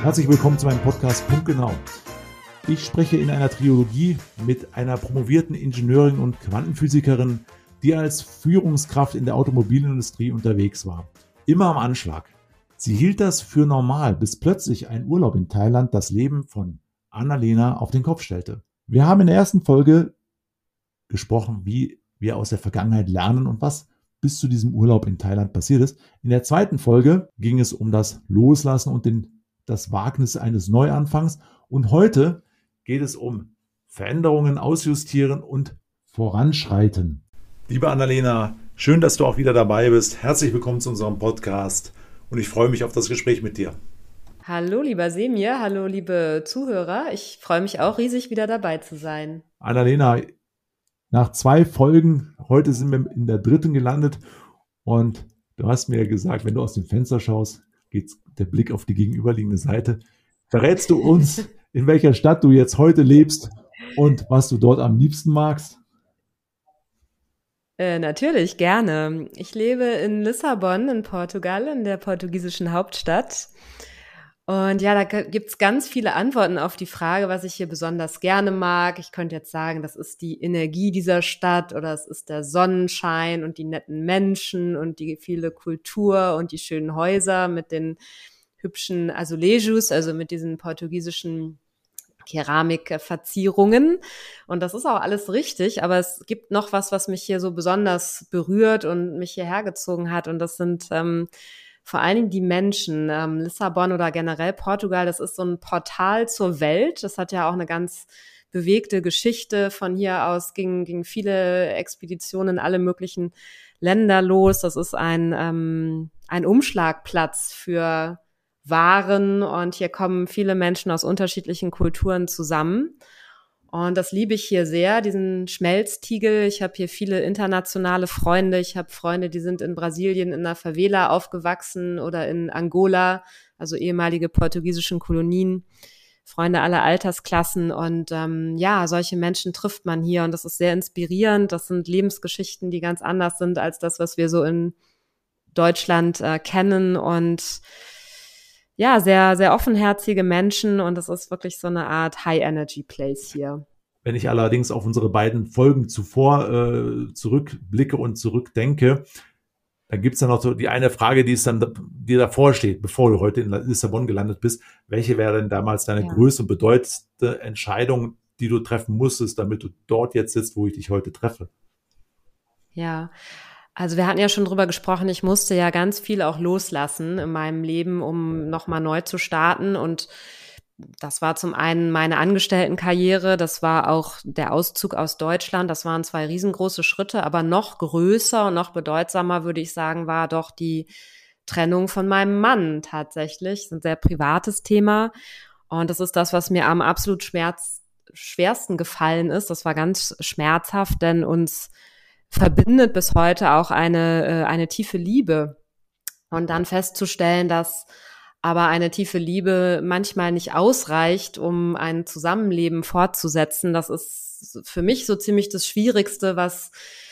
Herzlich willkommen zu meinem Podcast Punktgenau. Ich spreche in einer Trilogie mit einer promovierten Ingenieurin und Quantenphysikerin, die als Führungskraft in der Automobilindustrie unterwegs war. Immer am Anschlag. Sie hielt das für normal, bis plötzlich ein Urlaub in Thailand das Leben von Anna-Lena auf den Kopf stellte. Wir haben in der ersten Folge gesprochen, wie wir aus der Vergangenheit lernen und was bis zu diesem Urlaub in Thailand passiert ist. In der zweiten Folge ging es um das Loslassen und das Wagnis eines Neuanfangs. Und heute geht es um Veränderungen, Ausjustieren und Voranschreiten. Liebe Anna-Lena, schön, dass du auch wieder dabei bist. Herzlich willkommen zu unserem Podcast und ich freue mich auf das Gespräch mit dir. Hallo lieber Semir, hallo liebe Zuhörer. Ich freue mich auch riesig, wieder dabei zu sein. Anna-Lena, nach 2 Folgen, heute sind wir in der 3. gelandet und du hast mir gesagt, wenn du aus dem Fenster schaust, geht der Blick auf die gegenüberliegende Seite. Verrätst du uns, in welcher Stadt du jetzt heute lebst und was du dort am liebsten magst? Natürlich, gerne. Ich lebe in Lissabon in Portugal, in der portugiesischen Hauptstadt. Und ja, da gibt's ganz viele Antworten auf die Frage, was ich hier besonders gerne mag. Ich könnte jetzt sagen, das ist die Energie dieser Stadt oder es ist der Sonnenschein und die netten Menschen und die viele Kultur und die schönen Häuser mit den hübschen Azulejos, also mit diesen portugiesischen Keramikverzierungen. Und das ist auch alles richtig, aber es gibt noch was mich hier so besonders berührt und mich hierher gezogen hat. Und das sind vor allen Dingen die Menschen. Lissabon oder generell Portugal, das ist so ein Portal zur Welt. Das hat ja auch eine ganz bewegte Geschichte. Von hier aus gingen viele Expeditionen in alle möglichen Länder los. Das ist ein Umschlagplatz für Waren und hier kommen viele Menschen aus unterschiedlichen Kulturen zusammen. Und das liebe ich hier sehr, diesen Schmelztiegel. Ich habe hier viele internationale Freunde. Ich habe Freunde, die sind in Brasilien in einer Favela aufgewachsen oder in Angola, also ehemalige portugiesischen Kolonien. Freunde aller Altersklassen. Und solche Menschen trifft man hier. Und das ist sehr inspirierend. Das sind Lebensgeschichten, die ganz anders sind als das, was wir so in Deutschland kennen. Und ja, sehr, sehr offenherzige Menschen und es ist wirklich so eine Art High-Energy-Place hier. Wenn ich allerdings auf unsere beiden Folgen zuvor zurückblicke und zurückdenke, dann gibt es dann noch so die eine Frage, die dir davor steht, bevor du heute in Lissabon gelandet bist. Welche wäre denn damals deine größte und bedeutendste Entscheidung, die du treffen musstest, damit du dort jetzt sitzt, wo ich dich heute treffe? Ja, also wir hatten ja schon drüber gesprochen, ich musste ja ganz viel auch loslassen in meinem Leben, um nochmal neu zu starten. Und das war zum einen meine Angestelltenkarriere, das war auch der Auszug aus Deutschland. Das waren 2 riesengroße Schritte, aber noch größer und noch bedeutsamer, würde ich sagen, war doch die Trennung von meinem Mann tatsächlich. Das ist ein sehr privates Thema. Und das ist das, was mir am absolut schwersten gefallen ist. Das war ganz schmerzhaft, denn uns verbindet bis heute auch eine tiefe Liebe. Und dann festzustellen, dass aber eine tiefe Liebe manchmal nicht ausreicht, um ein Zusammenleben fortzusetzen, das ist für mich so ziemlich das Schwierigste, was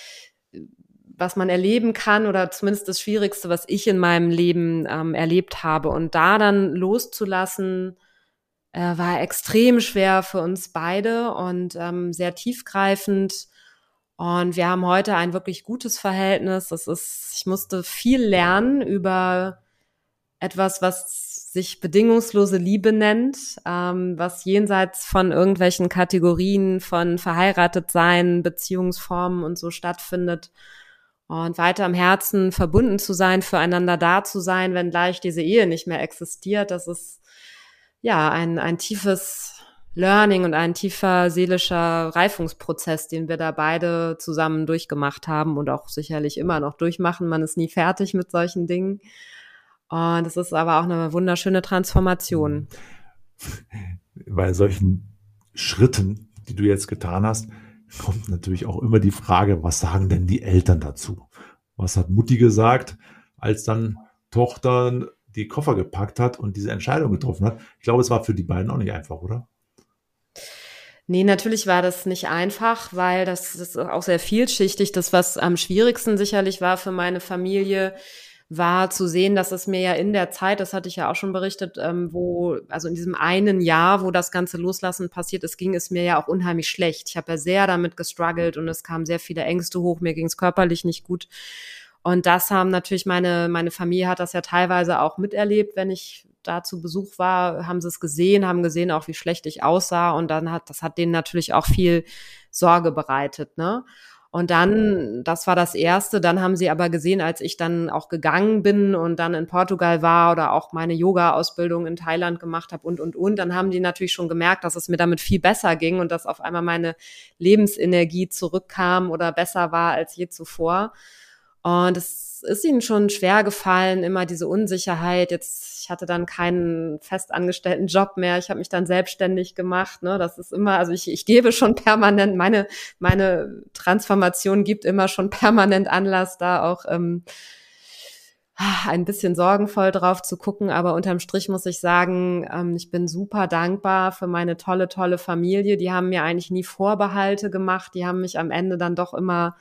man erleben kann oder zumindest das Schwierigste, was ich in meinem Leben erlebt habe. Und da dann loszulassen, war extrem schwer für uns beide und sehr tiefgreifend. Und wir haben heute ein wirklich gutes Verhältnis. Ich musste viel lernen über etwas, was sich bedingungslose Liebe nennt, was jenseits von irgendwelchen Kategorien von verheiratet sein, Beziehungsformen und so stattfindet. Und weiter am Herzen verbunden zu sein, füreinander da zu sein, wenngleich diese Ehe nicht mehr existiert. Das ist ja ein tiefes Learning und ein tiefer seelischer Reifungsprozess, den wir da beide zusammen durchgemacht haben und auch sicherlich immer noch durchmachen. Man ist nie fertig mit solchen Dingen. Und es ist aber auch eine wunderschöne Transformation. Bei solchen Schritten, die du jetzt getan hast, kommt natürlich auch immer die Frage, was sagen denn die Eltern dazu? Was hat Mutti gesagt, als dann Tochter die Koffer gepackt hat und diese Entscheidung getroffen hat? Ich glaube, es war für die beiden auch nicht einfach, oder? Nee, natürlich war das nicht einfach, weil das ist auch sehr vielschichtig. Das, was am schwierigsten sicherlich war für meine Familie, war zu sehen, dass es mir ja in der Zeit, das hatte ich ja auch schon berichtet, also in diesem einen Jahr, wo das ganze Loslassen passiert ist, ging es mir ja auch unheimlich schlecht. Ich habe ja sehr damit gestruggelt und es kamen sehr viele Ängste hoch, mir ging es körperlich nicht gut. Und das haben natürlich meine Familie hat das ja teilweise auch miterlebt, wenn ich da zu Besuch war, haben sie es gesehen, haben gesehen auch, wie schlecht ich aussah und das hat denen natürlich auch viel Sorge bereitet, ne? Und dann, das war das Erste, dann haben sie aber gesehen, als ich dann auch gegangen bin und dann in Portugal war oder auch meine Yoga-Ausbildung in Thailand gemacht habe und, dann haben die natürlich schon gemerkt, dass es mir damit viel besser ging und dass auf einmal meine Lebensenergie zurückkam oder besser war als je zuvor. Und es ist ihnen schon schwer gefallen, immer diese Unsicherheit. Ich hatte dann keinen festangestellten Job mehr. Ich habe mich dann selbstständig gemacht. Ne? Das ist immer, also ich gebe schon permanent, meine Transformation gibt immer schon permanent Anlass, da auch ein bisschen sorgenvoll drauf zu gucken. Aber unterm Strich muss ich sagen, ich bin super dankbar für meine tolle Familie. Die haben mir eigentlich nie Vorbehalte gemacht. Die haben mich am Ende dann doch immer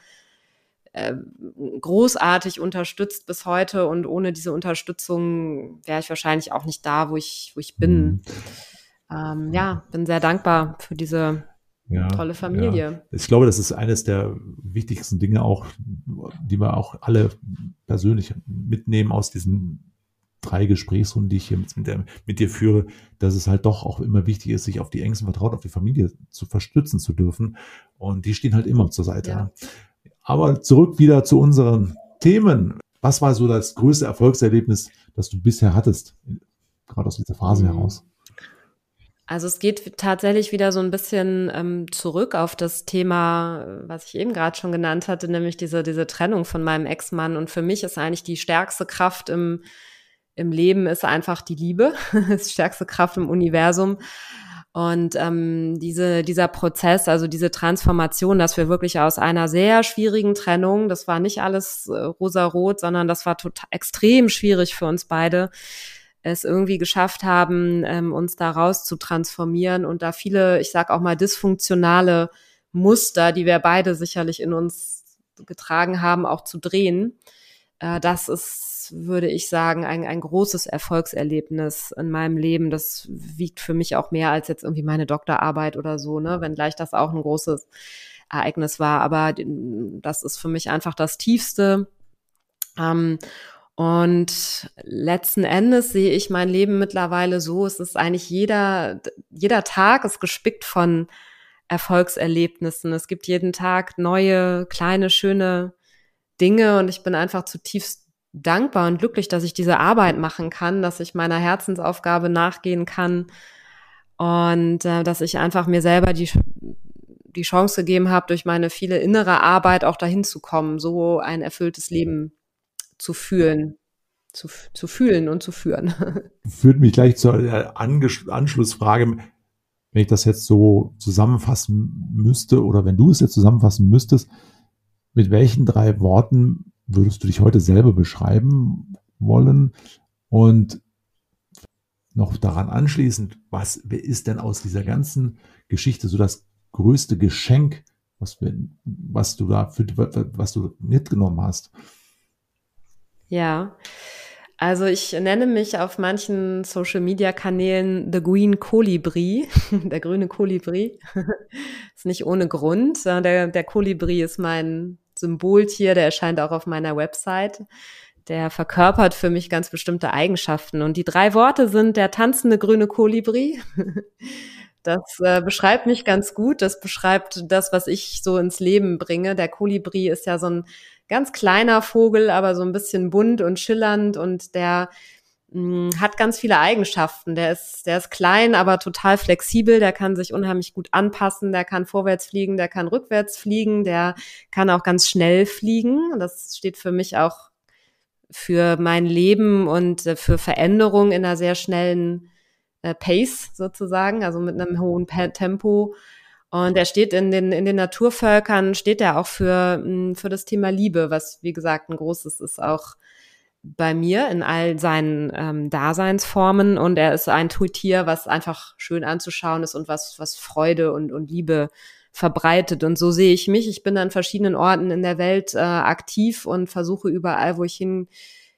großartig unterstützt bis heute und ohne diese Unterstützung wäre ich wahrscheinlich auch nicht da, wo ich bin. Bin sehr dankbar für diese tolle Familie. Ja. Ich glaube, das ist eines der wichtigsten Dinge auch, die wir auch alle persönlich mitnehmen aus diesen 3 Gesprächsrunden, die ich hier mit dir führe, dass es halt doch auch immer wichtig ist, sich auf die engsten vertraut, auf die Familie zu verstützen zu dürfen. Und die stehen halt immer zur Seite. Ja. Aber zurück wieder zu unseren Themen. Was war so das größte Erfolgserlebnis, das du bisher hattest, gerade aus dieser Phase heraus? Also es geht tatsächlich wieder so ein bisschen zurück auf das Thema, was ich eben gerade schon genannt hatte, nämlich diese Trennung von meinem Ex-Mann. Und für mich ist eigentlich die stärkste Kraft im Leben ist einfach die Liebe, die stärkste Kraft im Universum. Und dieser Prozess, also diese Transformation, dass wir wirklich aus einer sehr schwierigen Trennung, das war nicht alles rosarot, sondern das war extrem schwierig für uns beide, es irgendwie geschafft haben, uns da raus zu transformieren und da viele, ich sag auch mal, dysfunktionale Muster, die wir beide sicherlich in uns getragen haben, auch zu drehen. Das ist, würde ich sagen, ein großes Erfolgserlebnis in meinem Leben. Das wiegt für mich auch mehr als jetzt irgendwie meine Doktorarbeit oder so, ne? Wenngleich das auch ein großes Ereignis war. Aber das ist für mich einfach das Tiefste. Und letzten Endes sehe ich mein Leben mittlerweile so, es ist eigentlich jeder Tag ist gespickt von Erfolgserlebnissen. Es gibt jeden Tag neue, kleine, schöne Dinge und ich bin einfach zutiefst dankbar und glücklich, dass ich diese Arbeit machen kann, dass ich meiner Herzensaufgabe nachgehen kann und dass ich einfach mir selber die Chance gegeben habe, durch meine viele innere Arbeit auch dahin zu kommen, so ein erfülltes Leben zu fühlen und zu führen. Führt mich gleich zur Anschlussfrage, wenn ich das jetzt so zusammenfassen müsste oder wenn du es jetzt zusammenfassen müsstest, mit welchen 3 Worten würdest du dich heute selber beschreiben wollen? Und noch daran anschließend, was ist denn aus dieser ganzen Geschichte so das größte Geschenk, was du mitgenommen hast? Ja, also ich nenne mich auf manchen Social-Media-Kanälen The Green Kolibri, der grüne Kolibri. Ist nicht ohne Grund. Der Kolibri ist mein Symboltier, der erscheint auch auf meiner Website. Der verkörpert für mich ganz bestimmte Eigenschaften. Und die 3 Worte sind der tanzende grüne Kolibri. Das beschreibt mich ganz gut. Das beschreibt das, was ich so ins Leben bringe. Der Kolibri ist ja so ein ganz kleiner Vogel, aber so ein bisschen bunt und schillernd und der hat ganz viele Eigenschaften. Der ist klein, aber total flexibel. Der kann sich unheimlich gut anpassen. Der kann vorwärts fliegen, der kann rückwärts fliegen. Der kann auch ganz schnell fliegen. Das steht für mich auch für mein Leben und für Veränderung in einer sehr schnellen Pace sozusagen, also mit einem hohen Tempo. Und er steht in den Naturvölkern, steht er auch für das Thema Liebe, was, wie gesagt, ein großes ist auch bei mir in all seinen Daseinsformen. Und er ist ein Tier, was einfach schön anzuschauen ist und was Freude und Liebe verbreitet. Und so sehe ich mich. Ich bin an verschiedenen Orten in der Welt aktiv und versuche überall, wo ich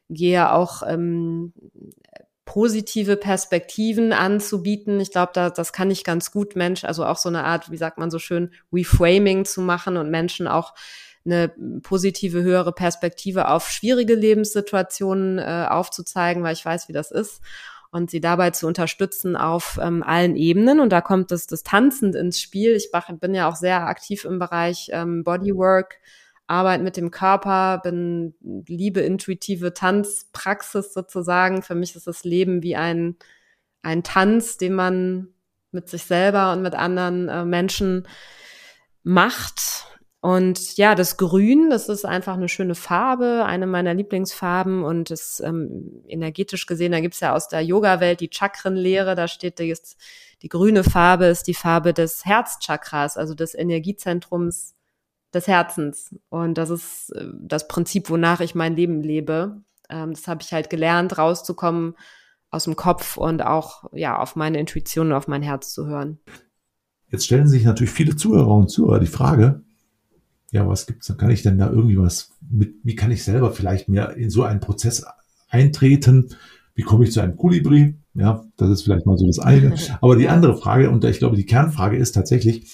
gehe, auch positive Perspektiven anzubieten. Ich glaube, das kann ich ganz gut also auch so eine Art, wie sagt man so schön, Reframing zu machen und Menschen auch eine positive, höhere Perspektive auf schwierige Lebenssituationen aufzuzeigen, weil ich weiß, wie das ist, und sie dabei zu unterstützen auf allen Ebenen. Und da kommt das Tanzen ins Spiel. Ich bin ja auch sehr aktiv im Bereich Bodywork, Arbeit mit dem Körper, liebe intuitive Tanzpraxis sozusagen. Für mich ist das Leben wie ein Tanz, den man mit sich selber und mit anderen Menschen macht. Und ja, das Grün, das ist einfach eine schöne Farbe, eine meiner Lieblingsfarben, und ist energetisch gesehen, da gibt's ja aus der Yoga-Welt die Chakrenlehre, da steht, die grüne Farbe ist die Farbe des Herzchakras, also des Energiezentrums des Herzens. Und das ist das Prinzip, wonach ich mein Leben lebe. Das habe ich halt gelernt, rauszukommen aus dem Kopf und auch ja auf meine Intuition und auf mein Herz zu hören. Jetzt stellen sich natürlich viele Zuhörer und Zuhörer die Frage, ja, was gibt's? Kann ich denn da irgendwie wie kann ich selber vielleicht mehr in so einen Prozess eintreten? Wie komme ich zu einem Kolibri? Ja, das ist vielleicht mal so das eine. Aber die andere Frage, und ich glaube, die Kernfrage ist tatsächlich,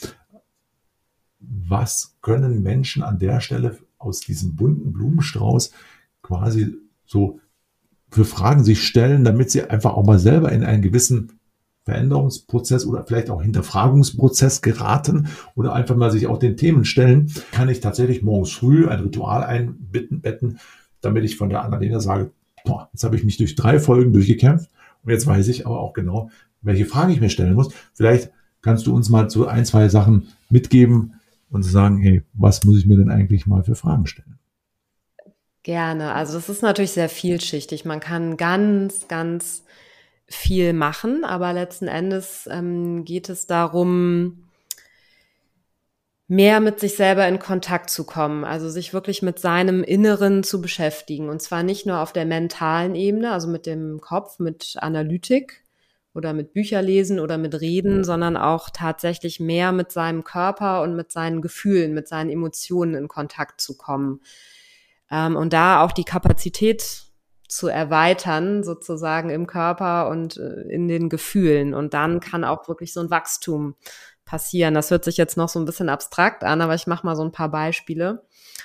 was können Menschen an der Stelle aus diesem bunten Blumenstrauß quasi so für Fragen sich stellen, damit sie einfach auch mal selber in einen gewissen Veränderungsprozess oder vielleicht auch Hinterfragungsprozess geraten oder einfach mal sich auch den Themen stellen, kann ich tatsächlich morgens früh ein Ritual einbetten, damit ich von der Annalena sage, jetzt habe ich mich durch 3 Folgen durchgekämpft und jetzt weiß ich aber auch genau, welche Fragen ich mir stellen muss. Vielleicht kannst du uns mal so 1, 2 Sachen mitgeben und sagen, hey, was muss ich mir denn eigentlich mal für Fragen stellen? Gerne. Also das ist natürlich sehr vielschichtig. Man kann ganz, ganz viel machen, aber letzten Endes geht es darum, mehr mit sich selber in Kontakt zu kommen, also sich wirklich mit seinem Inneren zu beschäftigen, und zwar nicht nur auf der mentalen Ebene, also mit dem Kopf, mit Analytik oder mit Bücherlesen oder mit Reden, sondern auch tatsächlich mehr mit seinem Körper und mit seinen Gefühlen, mit seinen Emotionen in Kontakt zu kommen, und da auch die Kapazität zu erweitern, sozusagen im Körper und in den Gefühlen. Und dann kann auch wirklich so ein Wachstum passieren. Das hört sich jetzt noch so ein bisschen abstrakt an, aber ich mache mal so ein paar Beispiele.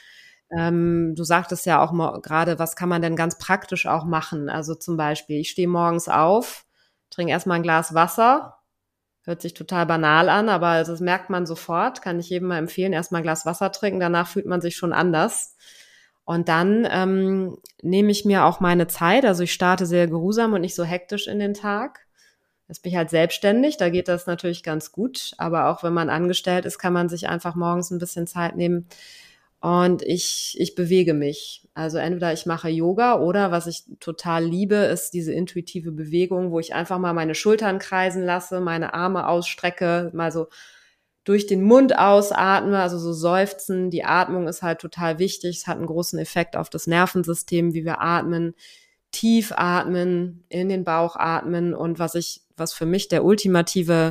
Du sagtest ja auch mal gerade, was kann man denn ganz praktisch auch machen? Also zum Beispiel, ich stehe morgens auf, trinke erstmal ein Glas Wasser. Hört sich total banal an, aber das merkt man sofort. Kann ich jedem mal empfehlen, erstmal ein Glas Wasser trinken. Danach fühlt man sich schon anders. Und dann nehme ich mir auch meine Zeit. Also ich starte sehr geruhsam und nicht so hektisch in den Tag. Jetzt bin ich halt selbstständig, da geht das natürlich ganz gut. Aber auch wenn man angestellt ist, kann man sich einfach morgens ein bisschen Zeit nehmen. Und ich bewege mich. Also entweder ich mache Yoga oder was ich total liebe, ist diese intuitive Bewegung, wo ich einfach mal meine Schultern kreisen lasse, meine Arme ausstrecke, mal so durch den Mund ausatme, also so seufzen. Die Atmung ist halt total wichtig. Es hat einen großen Effekt auf das Nervensystem, wie wir atmen. Tief atmen, in den Bauch atmen. Und was für mich das ultimative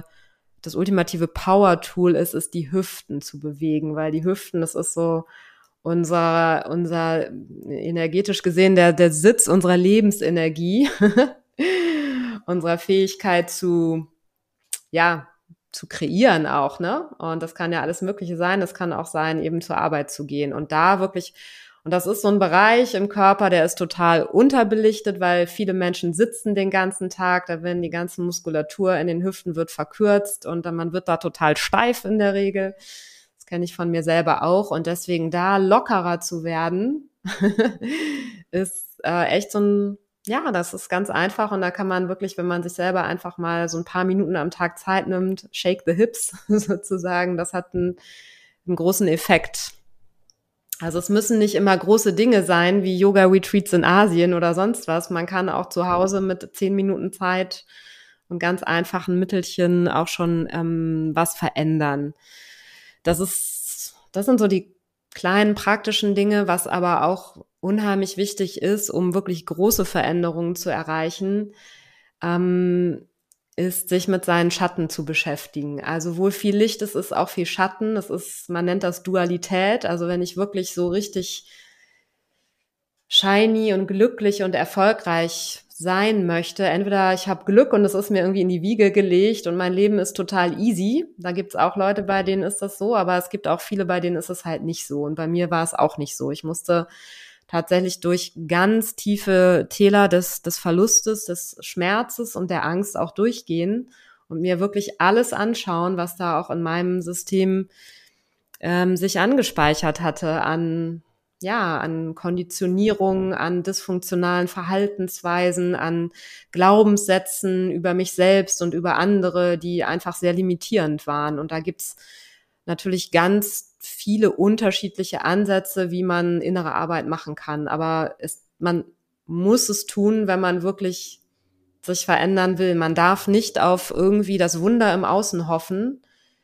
Power-Tool ist die Hüften zu bewegen, weil die Hüften, das ist so unser energetisch gesehen der Sitz unserer Lebensenergie, unserer Fähigkeit zu kreieren auch, ne? Und das kann ja alles Mögliche sein. Das kann auch sein, eben zur Arbeit zu gehen. Und da wirklich, und das ist so ein Bereich im Körper, der ist total unterbelichtet, weil viele Menschen sitzen den ganzen Tag, da werden die ganze Muskulatur in den Hüften wird verkürzt und dann man wird da total steif in der Regel. Das kenne ich von mir selber auch. Und deswegen da lockerer zu werden, ist echt so ein, ja, das ist ganz einfach, und da kann man wirklich, wenn man sich selber einfach mal so ein paar Minuten am Tag Zeit nimmt, shake the hips sozusagen, das hat einen großen Effekt. Also es müssen nicht immer große Dinge sein, wie Yoga-Retreats in Asien oder sonst was. Man kann auch zu Hause mit 10 Minuten Zeit und ganz einfachen Mittelchen auch schon was verändern. Das sind so die kleinen praktischen Dinge, was aber auch unheimlich wichtig ist, um wirklich große Veränderungen zu erreichen, ist, sich mit seinen Schatten zu beschäftigen. Also wo viel Licht ist, ist auch viel Schatten. Man nennt das Dualität. Also wenn ich wirklich so richtig shiny und glücklich und erfolgreich sein möchte. Entweder ich habe Glück und es ist mir irgendwie in die Wiege gelegt und mein Leben ist total easy. Da gibt's auch Leute, bei denen ist das so, aber es gibt auch viele, bei denen ist es halt nicht so. Und bei mir war es auch nicht so. Ich musste tatsächlich durch ganz tiefe Täler des Verlustes, des Schmerzes und der Angst auch durchgehen und mir wirklich alles anschauen, was da auch in meinem System sich angespeichert hatte an Konditionierung, an dysfunktionalen Verhaltensweisen, an Glaubenssätzen über mich selbst und über andere, die einfach sehr limitierend waren. Und da gibt's natürlich ganz viele unterschiedliche Ansätze, wie man innere Arbeit machen kann. Aber man muss es tun, wenn man wirklich sich verändern will. Man darf nicht auf irgendwie das Wunder im Außen hoffen,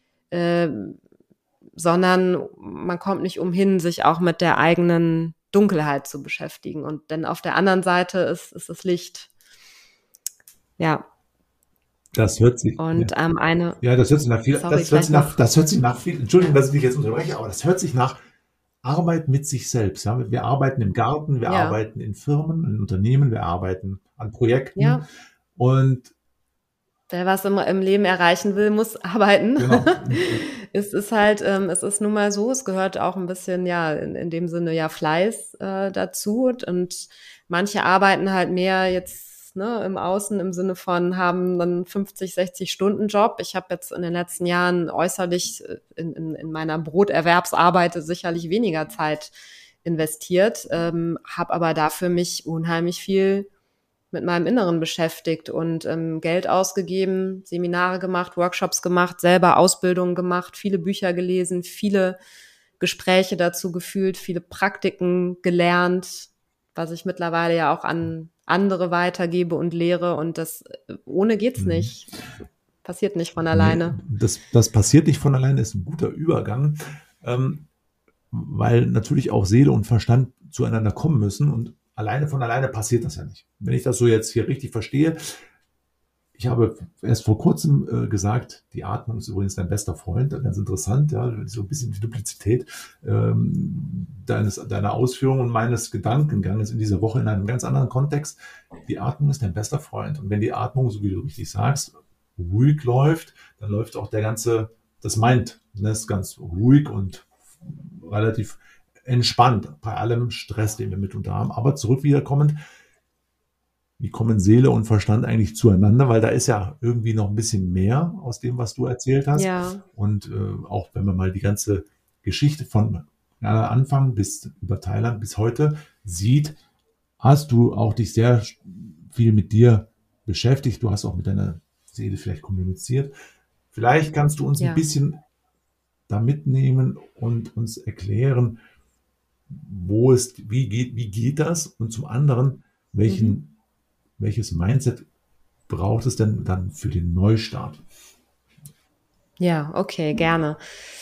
sondern man kommt nicht umhin, sich auch mit der eigenen Dunkelheit zu beschäftigen. Und denn auf der anderen Seite ist das Licht. Ja. Das hört sich. Und das hört sich nach viel. Das hört sich nach viel. Entschuldigung, dass ich dich jetzt unterbreche, aber das hört sich nach Arbeit mit sich selbst. Ja? Wir arbeiten im Garten, wir arbeiten in Firmen, in Unternehmen, wir arbeiten an Projekten. Ja. Und wer was im Leben erreichen will, muss arbeiten. Genau. Es ist halt, es ist nun mal so, es gehört auch ein bisschen, in dem Sinne Fleiß dazu. Und manche arbeiten halt mehr jetzt im Außen im Sinne von haben dann 50, 60 Stunden Job. Ich habe jetzt in den letzten Jahren äußerlich in meiner Broterwerbsarbeit sicherlich weniger Zeit investiert, habe aber dafür mich unheimlich viel mit meinem Inneren beschäftigt und Geld ausgegeben, Seminare gemacht, Workshops gemacht, selber Ausbildungen gemacht, viele Bücher gelesen, viele Gespräche dazu geführt, viele Praktiken gelernt, was ich mittlerweile ja auch an andere weitergebe und lehre. Und das ohne geht's nicht. Passiert nicht von alleine. Das passiert nicht von alleine, ist ein guter Übergang, weil natürlich auch Seele und Verstand zueinander kommen müssen und von alleine passiert das ja nicht. Wenn ich das so jetzt hier richtig verstehe, ich habe erst vor kurzem gesagt, die Atmung ist übrigens dein bester Freund, ganz interessant, ja, so ein bisschen die Duplizität deiner Ausführungen und meines Gedankenganges in dieser Woche in einem ganz anderen Kontext. Die Atmung ist dein bester Freund. Und wenn die Atmung, so wie du richtig sagst, ruhig läuft, dann läuft auch das Mind, ist ganz ruhig und relativ entspannt bei allem Stress, den wir mitunter haben. Aber zurück wiederkommend, wie kommen Seele und Verstand eigentlich zueinander? Weil da ist ja irgendwie noch ein bisschen mehr aus dem, was du erzählt hast. Ja. Und auch wenn man mal die ganze Geschichte von Anfang bis über Thailand bis heute sieht, hast du auch dich sehr viel mit dir beschäftigt. Du hast auch mit deiner Seele vielleicht kommuniziert. Vielleicht kannst du uns ein bisschen da mitnehmen und uns erklären, wie geht das? Und zum anderen, welches Mindset braucht es denn dann für den Neustart? Ja, okay, gerne.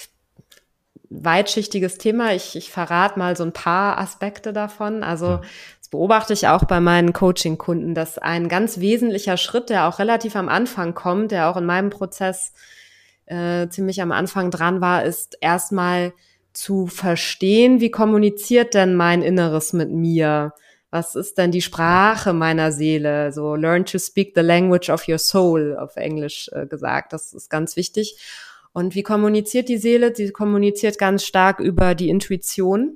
Weitschichtiges Thema. Ich verrate mal so ein paar Aspekte davon. Also das beobachte ich auch bei meinen Coaching-Kunden, dass ein ganz wesentlicher Schritt, der auch relativ am Anfang kommt, der auch in meinem Prozess ziemlich am Anfang dran war, ist erstmal zu verstehen, wie kommuniziert denn mein Inneres mit mir? Was ist denn die Sprache meiner Seele? So learn to speak the language of your soul, auf Englisch gesagt. Das ist ganz wichtig. Und wie kommuniziert die Seele? Sie kommuniziert ganz stark über die Intuition.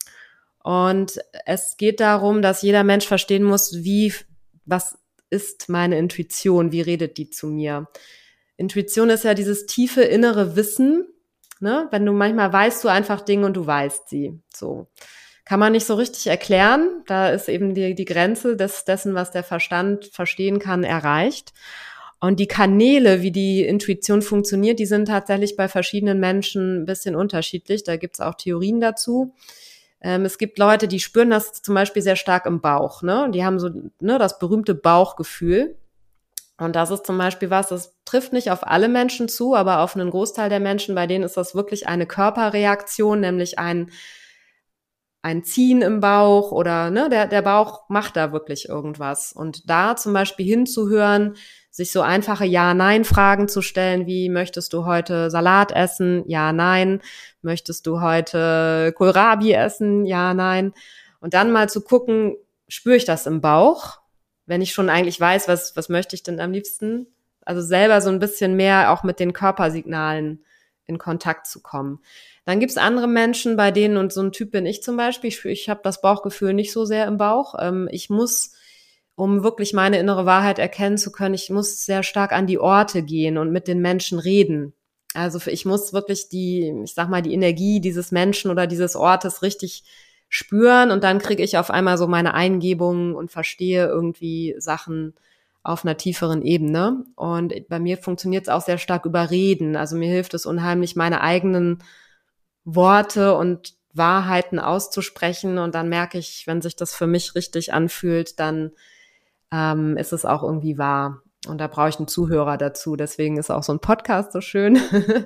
Und es geht darum, dass jeder Mensch verstehen muss, was ist meine Intuition? Wie redet die zu mir? Intuition ist ja dieses tiefe innere Wissen, ne? Wenn du manchmal weißt du einfach Dinge und du weißt sie. So kann man nicht so richtig erklären. Da ist eben die Grenze dessen, was der Verstand verstehen kann, erreicht. Und die Kanäle, wie die Intuition funktioniert, die sind tatsächlich bei verschiedenen Menschen ein bisschen unterschiedlich. Da gibt's auch Theorien dazu. Es gibt Leute, die spüren das zum Beispiel sehr stark im Bauch, ne? Die haben so das berühmte Bauchgefühl. Und das ist zum Beispiel das trifft nicht auf alle Menschen zu, aber auf einen Großteil der Menschen, bei denen ist das wirklich eine Körperreaktion, nämlich ein Ziehen im Bauch oder der Bauch macht da wirklich irgendwas. Und da zum Beispiel hinzuhören, sich so einfache Ja-Nein-Fragen zu stellen, wie möchtest du heute Salat essen? Ja, nein. Möchtest du heute Kohlrabi essen? Ja, nein. Und dann mal zu gucken, spüre ich das im Bauch, wenn ich schon eigentlich weiß, was möchte ich denn am liebsten? Also selber so ein bisschen mehr auch mit den Körpersignalen in Kontakt zu kommen. Dann gibt's andere Menschen, bei denen, und so ein Typ bin ich zum Beispiel, ich habe das Bauchgefühl nicht so sehr im Bauch. Ich muss, um wirklich meine innere Wahrheit erkennen zu können, ich muss sehr stark an die Orte gehen und mit den Menschen reden. Also ich muss wirklich die Energie dieses Menschen oder dieses Ortes richtig spüren und dann kriege ich auf einmal so meine Eingebungen und verstehe irgendwie Sachen auf einer tieferen Ebene. Und bei mir funktioniert es auch sehr stark über Reden. Also mir hilft es unheimlich, meine eigenen Worte und Wahrheiten auszusprechen. Und dann merke ich, wenn sich das für mich richtig anfühlt, dann ist es auch irgendwie wahr. Und da brauche ich einen Zuhörer dazu. Deswegen ist auch so ein Podcast so schön.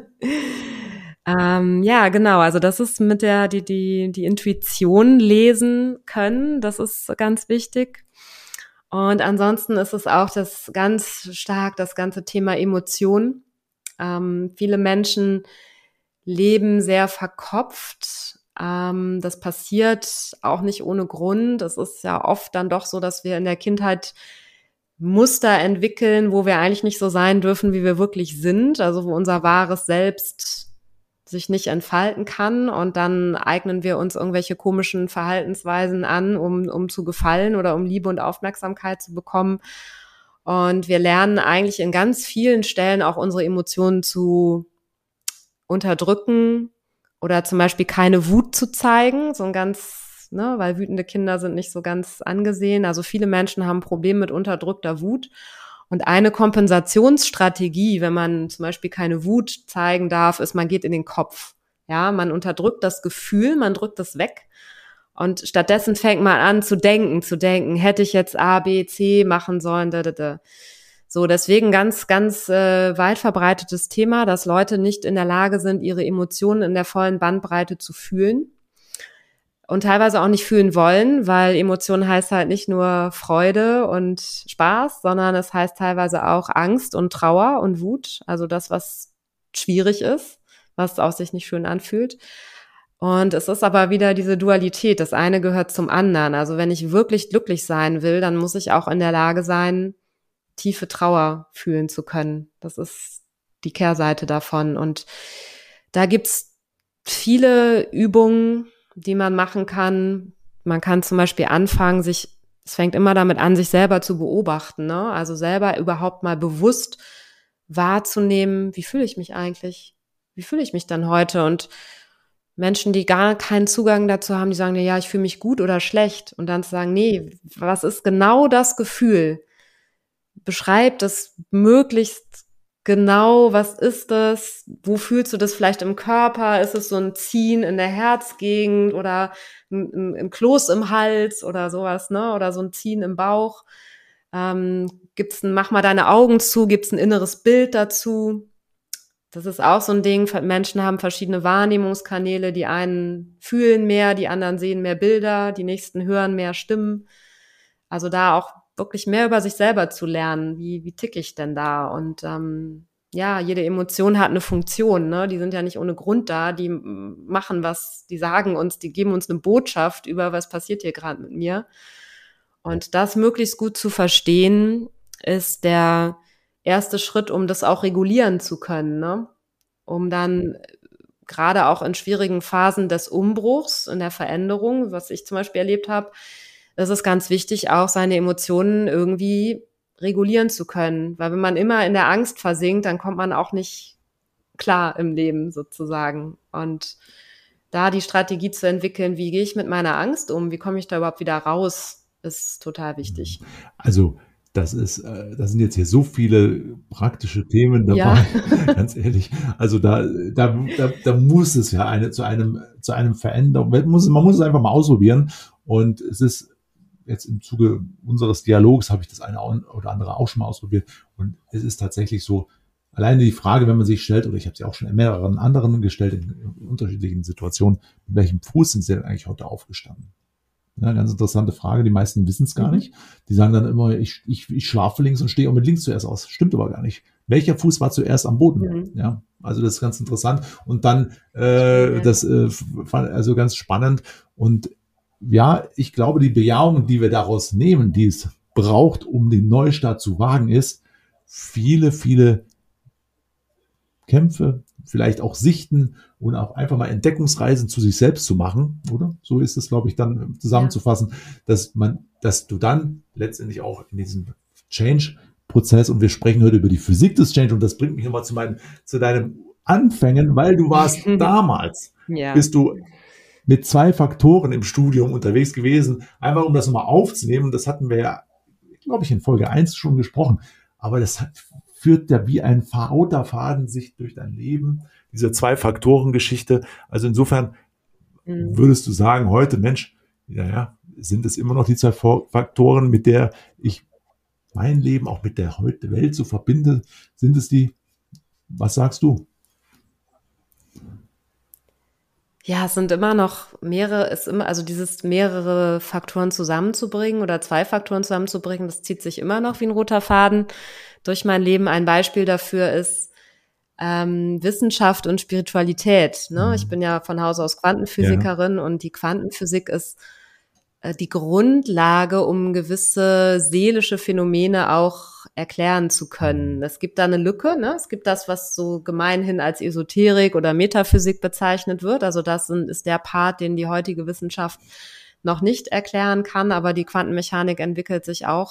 Ja, genau. Also das ist mit die Intuition lesen können. Das ist ganz wichtig. Und ansonsten ist es auch das ganz stark das ganze Thema Emotion. Viele Menschen leben sehr verkopft. Das passiert auch nicht ohne Grund. Es ist ja oft dann doch so, dass wir in der Kindheit Muster entwickeln, wo wir eigentlich nicht so sein dürfen, wie wir wirklich sind. Also wo unser wahres Selbst sich nicht entfalten kann und dann eignen wir uns irgendwelche komischen Verhaltensweisen an, um zu gefallen oder um Liebe und Aufmerksamkeit zu bekommen. Und wir lernen eigentlich in ganz vielen Stellen auch unsere Emotionen zu unterdrücken oder zum Beispiel keine Wut zu zeigen, weil wütende Kinder sind nicht so ganz angesehen. Also viele Menschen haben Probleme mit unterdrückter Wut. Und eine Kompensationsstrategie, wenn man zum Beispiel keine Wut zeigen darf, ist, man geht in den Kopf. Ja, man unterdrückt das Gefühl, man drückt es weg. Und stattdessen fängt man an zu denken, hätte ich jetzt A, B, C machen sollen, So, deswegen ganz, ganz weit verbreitetes Thema, dass Leute nicht in der Lage sind, ihre Emotionen in der vollen Bandbreite zu fühlen. Und teilweise auch nicht fühlen wollen, weil Emotion heißt halt nicht nur Freude und Spaß, sondern es heißt teilweise auch Angst und Trauer und Wut. Also das, was schwierig ist, was auch sich nicht schön anfühlt. Und es ist aber wieder diese Dualität. Das eine gehört zum anderen. Also wenn ich wirklich glücklich sein will, dann muss ich auch in der Lage sein, tiefe Trauer fühlen zu können. Das ist die Kehrseite davon. Und da gibt's viele Übungen, die man machen kann. Man kann zum Beispiel anfangen, es fängt immer damit an, sich selber zu beobachten, ne? Also selber überhaupt mal bewusst wahrzunehmen, wie fühle ich mich eigentlich? Wie fühle ich mich dann heute? Und Menschen, die gar keinen Zugang dazu haben, die sagen, ja, ich fühle mich gut oder schlecht. Und dann zu sagen, nee, was ist genau das Gefühl? Beschreib das möglichst genau, was ist das? Wo fühlst du das vielleicht im Körper? Ist es so ein Ziehen in der Herzgegend oder ein Kloß im Hals oder sowas, ne? Oder so ein Ziehen im Bauch? Mach mal deine Augen zu, gibt's ein inneres Bild dazu? Das ist auch so ein Ding. Menschen haben verschiedene Wahrnehmungskanäle. Die einen fühlen mehr, die anderen sehen mehr Bilder, die nächsten hören mehr Stimmen. Also da auch wirklich mehr über sich selber zu lernen. Wie ticke ich denn da? Und jede Emotion hat eine Funktion, ne? Die sind ja nicht ohne Grund da. Die machen was, die sagen uns, die geben uns eine Botschaft über, was passiert hier gerade mit mir. Und das möglichst gut zu verstehen, ist der erste Schritt, um das auch regulieren zu können, ne? Um dann gerade auch in schwierigen Phasen des Umbruchs, in der Veränderung, was ich zum Beispiel erlebt habe, ist es ganz wichtig, auch seine Emotionen irgendwie regulieren zu können. Weil wenn man immer in der Angst versinkt, dann kommt man auch nicht klar im Leben sozusagen. Und da die Strategie zu entwickeln, wie gehe ich mit meiner Angst um, wie komme ich da überhaupt wieder raus, ist total wichtig. Also das sind jetzt hier so viele praktische Themen dabei, ja. Ganz ehrlich. Also da muss es ja zu einem Veränderung, man muss es einfach mal ausprobieren. Und es ist jetzt im Zuge unseres Dialogs habe ich das eine oder andere auch schon mal ausprobiert. Und es ist tatsächlich so, alleine die Frage, wenn man sich stellt, oder ich habe sie auch schon in mehreren anderen gestellt, in unterschiedlichen Situationen, mit welchem Fuß sind sie denn eigentlich heute aufgestanden? Ja, ganz interessante Frage, die meisten wissen es gar nicht. Die sagen dann immer, ich schlafe links und stehe auch mit links zuerst aus. Stimmt aber gar nicht. Welcher Fuß war zuerst am Boden? Ja, also das ist ganz interessant. Und dann, also ganz spannend. Und ja, ich glaube, die Bejahung, die wir daraus nehmen, die es braucht, um den Neustart zu wagen, ist viele, viele Kämpfe, vielleicht auch Sichten und auch einfach mal Entdeckungsreisen zu sich selbst zu machen, oder? So ist es, glaube ich, dann zusammenzufassen, dass du dann letztendlich auch in diesem Change-Prozess, und wir sprechen heute über die Physik des Change, und das bringt mich nochmal zu deinem Anfängen, weil du warst damals, bist du mit 2 Faktoren im Studium unterwegs gewesen, einfach um das nochmal aufzunehmen. Das hatten wir ja, glaube ich, in Folge 1 schon gesprochen. Aber führt ja wie ein roter Faden sich durch dein Leben, diese 2-Faktoren-Geschichte. Also insofern würdest du sagen, heute, Mensch, ja, sind es immer noch die 2 Faktoren, mit der ich mein Leben auch mit der Welt so verbinde? Sind es die? Was sagst du? Ja, es sind immer noch also dieses mehrere Faktoren zusammenzubringen oder 2 Faktoren zusammenzubringen, das zieht sich immer noch wie ein roter Faden durch mein Leben. Ein Beispiel dafür ist Wissenschaft und Spiritualität. Ne? Ich bin ja von Haus aus Quantenphysikerin, und die Quantenphysik ist die Grundlage, um gewisse seelische Phänomene auch erklären zu können. Es gibt da eine Lücke, ne? Es gibt das, was so gemeinhin als Esoterik oder Metaphysik bezeichnet wird. Also das ist der Part, den die heutige Wissenschaft noch nicht erklären kann, aber die Quantenmechanik entwickelt sich auch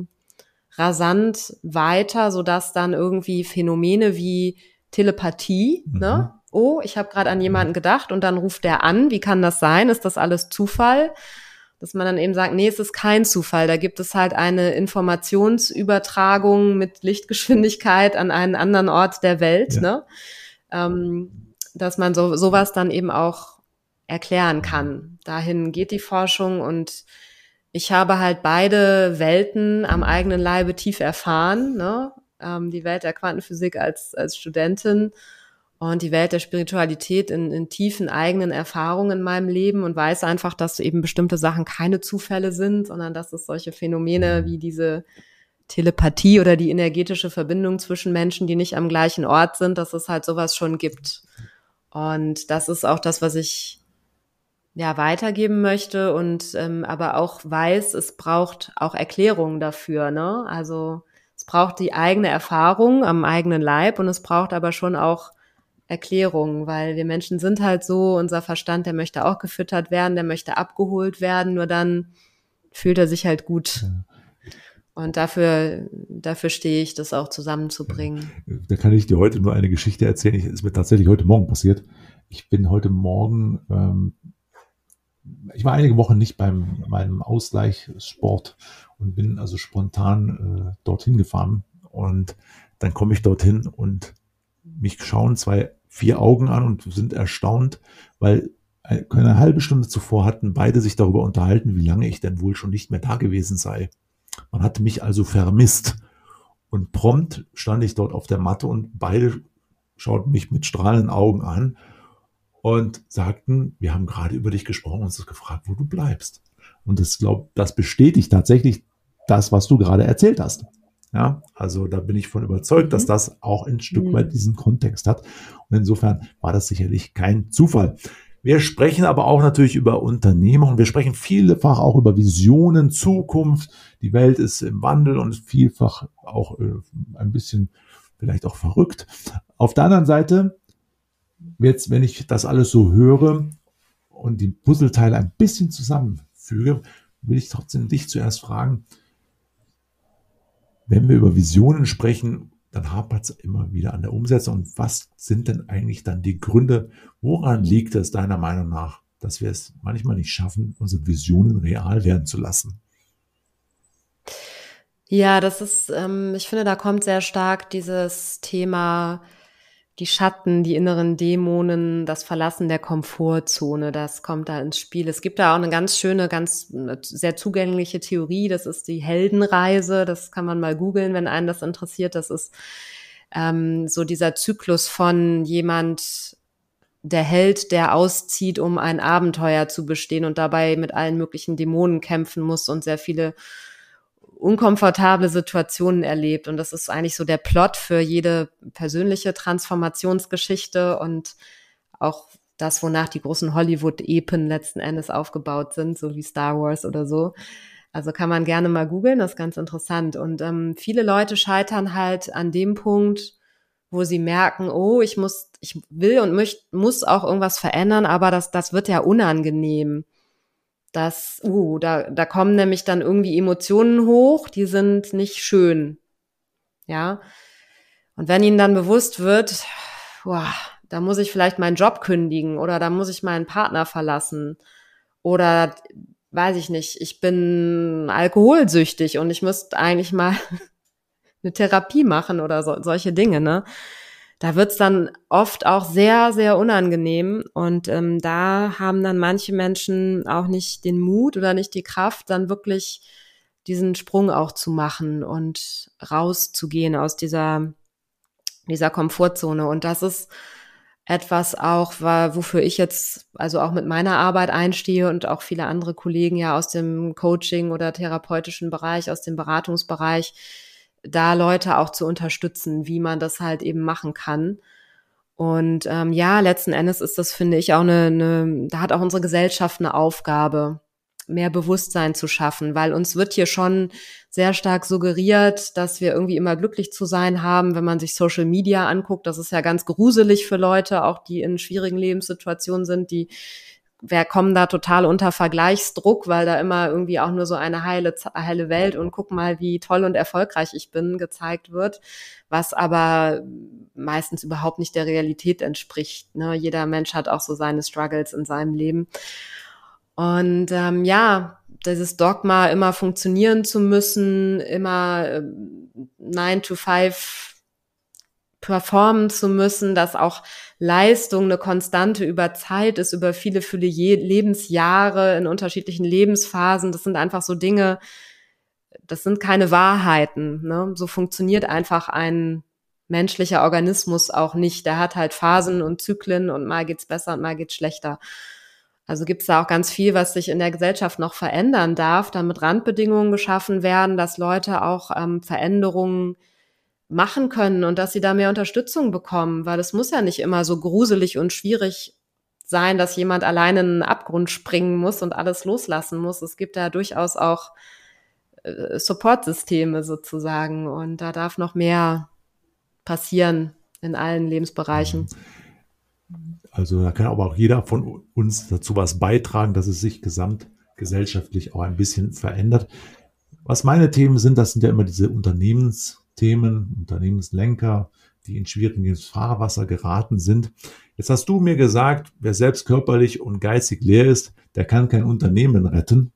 rasant weiter, sodass dann irgendwie Phänomene wie Telepathie, ne? Oh, ich habe gerade an jemanden gedacht und dann ruft der an. Wie kann das sein? Ist das alles Zufall? Dass man dann eben sagt, nee, es ist kein Zufall. Da gibt es halt eine Informationsübertragung mit Lichtgeschwindigkeit an einen anderen Ort der Welt, ne? Dass man sowas dann eben auch erklären kann. Dahin geht die Forschung, und ich habe halt beide Welten am eigenen Leibe tief erfahren, ne? Die Welt der Quantenphysik als Studentin und die Welt der Spiritualität in tiefen eigenen Erfahrungen in meinem Leben, und weiß einfach, dass eben bestimmte Sachen keine Zufälle sind, sondern dass es solche Phänomene wie diese Telepathie oder die energetische Verbindung zwischen Menschen, die nicht am gleichen Ort sind, dass es halt sowas schon gibt. Und das ist auch das, was ich ja weitergeben möchte, und aber auch weiß, es braucht auch Erklärungen dafür, ne? Also es braucht die eigene Erfahrung am eigenen Leib, und es braucht aber schon auch Erklärungen, weil wir Menschen sind halt so, unser Verstand, der möchte auch gefüttert werden, der möchte abgeholt werden, nur dann fühlt er sich halt gut. Und dafür stehe ich, das auch zusammenzubringen. Da kann ich dir heute nur eine Geschichte erzählen. Es ist mir tatsächlich heute Morgen passiert. Ich bin heute Morgen, ich war einige Wochen nicht meinem Ausgleichssport und bin also spontan dorthin gefahren. Und dann komme ich dorthin und mich schauen 4 Augen an und sind erstaunt, weil eine halbe Stunde zuvor hatten beide sich darüber unterhalten, wie lange ich denn wohl schon nicht mehr da gewesen sei. Man hatte mich also vermisst. Und prompt stand ich dort auf der Matte und beide schauten mich mit strahlenden Augen an und sagten, wir haben gerade über dich gesprochen und uns gefragt, wo du bleibst. Und das bestätigt tatsächlich das, was du gerade erzählt hast. Ja, also da bin ich von überzeugt, dass das auch ein Stück weit diesen Kontext hat. Und insofern war das sicherlich kein Zufall. Wir sprechen aber auch natürlich über Unternehmer, und wir sprechen vielfach auch über Visionen, Zukunft. Die Welt ist im Wandel und ist vielfach auch ein bisschen vielleicht auch verrückt. Auf der anderen Seite, jetzt, wenn ich das alles so höre und die Puzzleteile ein bisschen zusammenfüge, will ich trotzdem dich zuerst fragen, wenn wir über Visionen sprechen, dann hapert es immer wieder an der Umsetzung. Und was sind denn eigentlich dann die Gründe? Woran liegt es deiner Meinung nach, dass wir es manchmal nicht schaffen, unsere Visionen real werden zu lassen? Ja, das ist, ich finde, da kommt sehr stark dieses Thema, die Schatten, die inneren Dämonen, das Verlassen der Komfortzone, das kommt da ins Spiel. Es gibt da auch eine ganz schöne, sehr zugängliche Theorie, das ist die Heldenreise, das kann man mal googeln, wenn einen das interessiert. Das ist so dieser Zyklus von jemand, der Held, der auszieht, um ein Abenteuer zu bestehen und dabei mit allen möglichen Dämonen kämpfen muss und sehr viele unkomfortable Situationen erlebt. Und das ist eigentlich so der Plot für jede persönliche Transformationsgeschichte und auch das, wonach die großen Hollywood-Epen letzten Endes aufgebaut sind, so wie Star Wars oder so. Also kann man gerne mal googeln, das ist ganz interessant. Und viele Leute scheitern halt an dem Punkt, wo sie merken, oh, ich will und muss auch irgendwas verändern, aber das wird ja unangenehm. Da kommen nämlich dann irgendwie Emotionen hoch, die sind nicht schön. Ja. Und wenn ihnen dann bewusst wird, boah, da muss ich vielleicht meinen Job kündigen oder da muss ich meinen Partner verlassen oder weiß ich nicht, ich bin alkoholsüchtig und ich müsste eigentlich mal eine Therapie machen oder solche Dinge, ne? Da wird's dann oft auch sehr, sehr unangenehm und da haben dann manche Menschen auch nicht den Mut oder nicht die Kraft, dann wirklich diesen Sprung auch zu machen und rauszugehen aus dieser Komfortzone. Und das ist etwas auch, wofür ich jetzt also auch mit meiner Arbeit einstehe und auch viele andere Kollegen ja aus dem Coaching oder therapeutischen Bereich, aus dem Beratungsbereich, da Leute auch zu unterstützen, wie man das halt eben machen kann. Und letzten Endes ist das, finde ich, auch da hat auch unsere Gesellschaft eine Aufgabe, mehr Bewusstsein zu schaffen, weil uns wird hier schon sehr stark suggeriert, dass wir irgendwie immer glücklich zu sein haben, wenn man sich Social Media anguckt. Das ist ja ganz gruselig für Leute, auch die in schwierigen Lebenssituationen sind, wir kommen da total unter Vergleichsdruck, weil da immer irgendwie auch nur so eine heile Welt und guck mal, wie toll und erfolgreich ich bin, gezeigt wird, was aber meistens überhaupt nicht der Realität entspricht. Ne? Jeder Mensch hat auch so seine Struggles in seinem Leben. Und dieses Dogma, immer funktionieren zu müssen, immer 9 to 5 performen zu müssen, dass auch Leistung eine Konstante über Zeit ist, über viele, viele Lebensjahre in unterschiedlichen Lebensphasen. Das sind einfach so Dinge, das sind keine Wahrheiten. Ne? So funktioniert einfach ein menschlicher Organismus auch nicht. Der hat halt Phasen und Zyklen und mal geht's besser und mal geht's schlechter. Also gibt's da auch ganz viel, was sich in der Gesellschaft noch verändern darf, damit Randbedingungen geschaffen werden, dass Leute auch Veränderungen machen können und dass sie da mehr Unterstützung bekommen, weil es muss ja nicht immer so gruselig und schwierig sein, dass jemand alleine in einen Abgrund springen muss und alles loslassen muss. Es gibt da durchaus auch Supportsysteme sozusagen und da darf noch mehr passieren in allen Lebensbereichen. Also da kann aber auch jeder von uns dazu was beitragen, dass es sich gesamtgesellschaftlich auch ein bisschen verändert. Was meine Themen sind, das sind ja immer diese Unternehmensthemen, Unternehmenslenker, die in schwieriges Fahrwasser geraten sind. Jetzt hast du mir gesagt, wer selbst körperlich und geistig leer ist, der kann kein Unternehmen retten.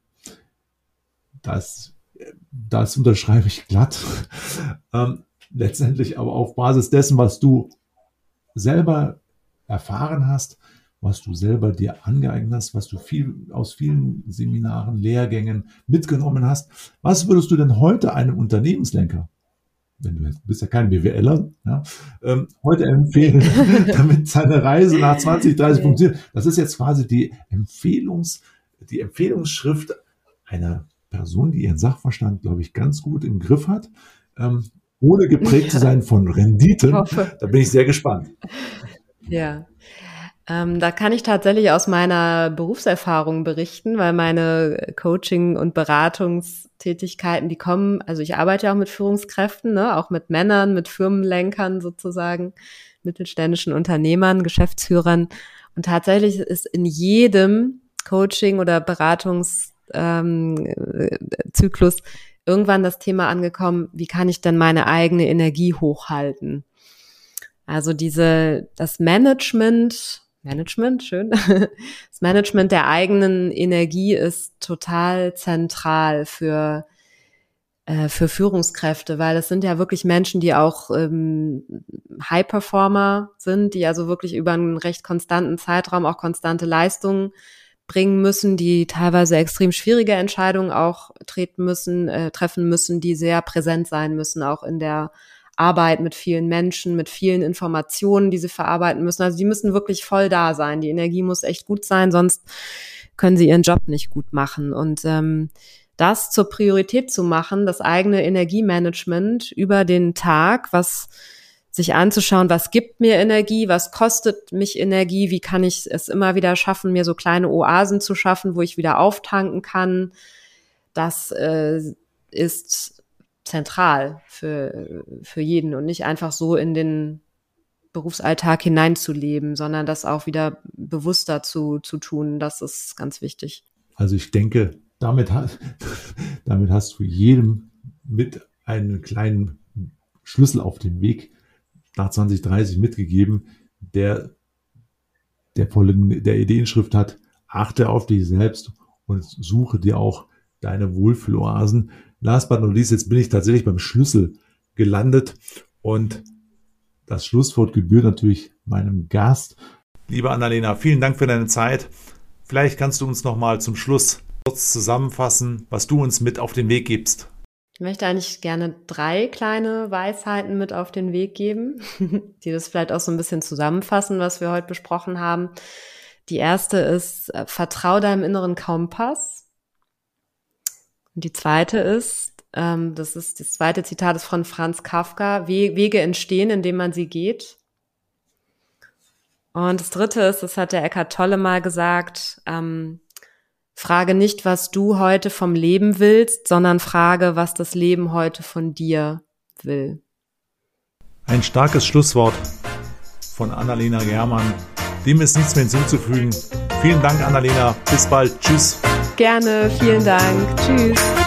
Das unterschreibe ich glatt. Letztendlich aber auf Basis dessen, was du selber erfahren hast, was du selber dir angeeignet hast, was du aus vielen Seminaren, Lehrgängen mitgenommen hast. Was würdest du denn heute einem Unternehmenslenker, wenn du bist ja kein BWLer, ja, heute empfehlen, damit seine Reise nach 2030 funktioniert? Das ist jetzt quasi die Empfehlungsschrift einer Person, die ihren Sachverstand, glaube ich, ganz gut im Griff hat, ohne geprägt zu sein von Renditen. Da bin ich sehr gespannt. Ja, da kann ich tatsächlich aus meiner Berufserfahrung berichten, weil meine Coaching- und Beratungstätigkeiten, die kommen, also ich arbeite ja auch mit Führungskräften, ne, auch mit Männern, mit Firmenlenkern sozusagen, mittelständischen Unternehmern, Geschäftsführern. Und tatsächlich ist in jedem Coaching- oder Beratungszyklus irgendwann das Thema angekommen, wie kann ich denn meine eigene Energie hochhalten? Also das Management, schön. Das Management der eigenen Energie ist total zentral für Führungskräfte, weil es sind ja wirklich Menschen, die auch High-Performer sind, die also wirklich über einen recht konstanten Zeitraum auch konstante Leistungen bringen müssen, die teilweise extrem schwierige Entscheidungen auch treffen müssen, die sehr präsent sein müssen, auch in der Arbeit mit vielen Menschen, mit vielen Informationen, die sie verarbeiten müssen. Also die müssen wirklich voll da sein. Die Energie muss echt gut sein, sonst können sie ihren Job nicht gut machen. Und das zur Priorität zu machen, das eigene Energiemanagement über den Tag, was sich anzuschauen, was gibt mir Energie, was kostet mich Energie, wie kann ich es immer wieder schaffen, mir so kleine Oasen zu schaffen, wo ich wieder auftanken kann. Das ist zentral für jeden und nicht einfach so in den Berufsalltag hineinzuleben, sondern das auch wieder bewusster zu tun. Das ist ganz wichtig. Also ich denke, damit hast du jedem mit einen kleinen Schlüssel auf dem Weg nach 2030 mitgegeben, der Ideenschrift hat: achte auf dich selbst und suche dir auch deine Wohlfühloasen. Last but not least, jetzt bin ich tatsächlich beim Schlüssel gelandet und das Schlusswort gebührt natürlich meinem Gast. Liebe Annalena, vielen Dank für deine Zeit. Vielleicht kannst du uns noch mal zum Schluss kurz zusammenfassen, was du uns mit auf den Weg gibst. Ich möchte eigentlich gerne 3 kleine Weisheiten mit auf den Weg geben, die das vielleicht auch so ein bisschen zusammenfassen, was wir heute besprochen haben. Die erste ist, vertrau deinem inneren Kompass. Und die zweite ist, das zweite Zitat ist von Franz Kafka: Wege entstehen, indem man sie geht. Und das dritte ist, das hat der Eckhart Tolle mal gesagt, frage nicht, was du heute vom Leben willst, sondern frage, was das Leben heute von dir will. Ein starkes Schlusswort von Annalena Germann. Dem ist nichts mehr hinzuzufügen. Vielen Dank, Annalena. Bis bald. Tschüss. Gerne. Vielen Dank. Tschüss.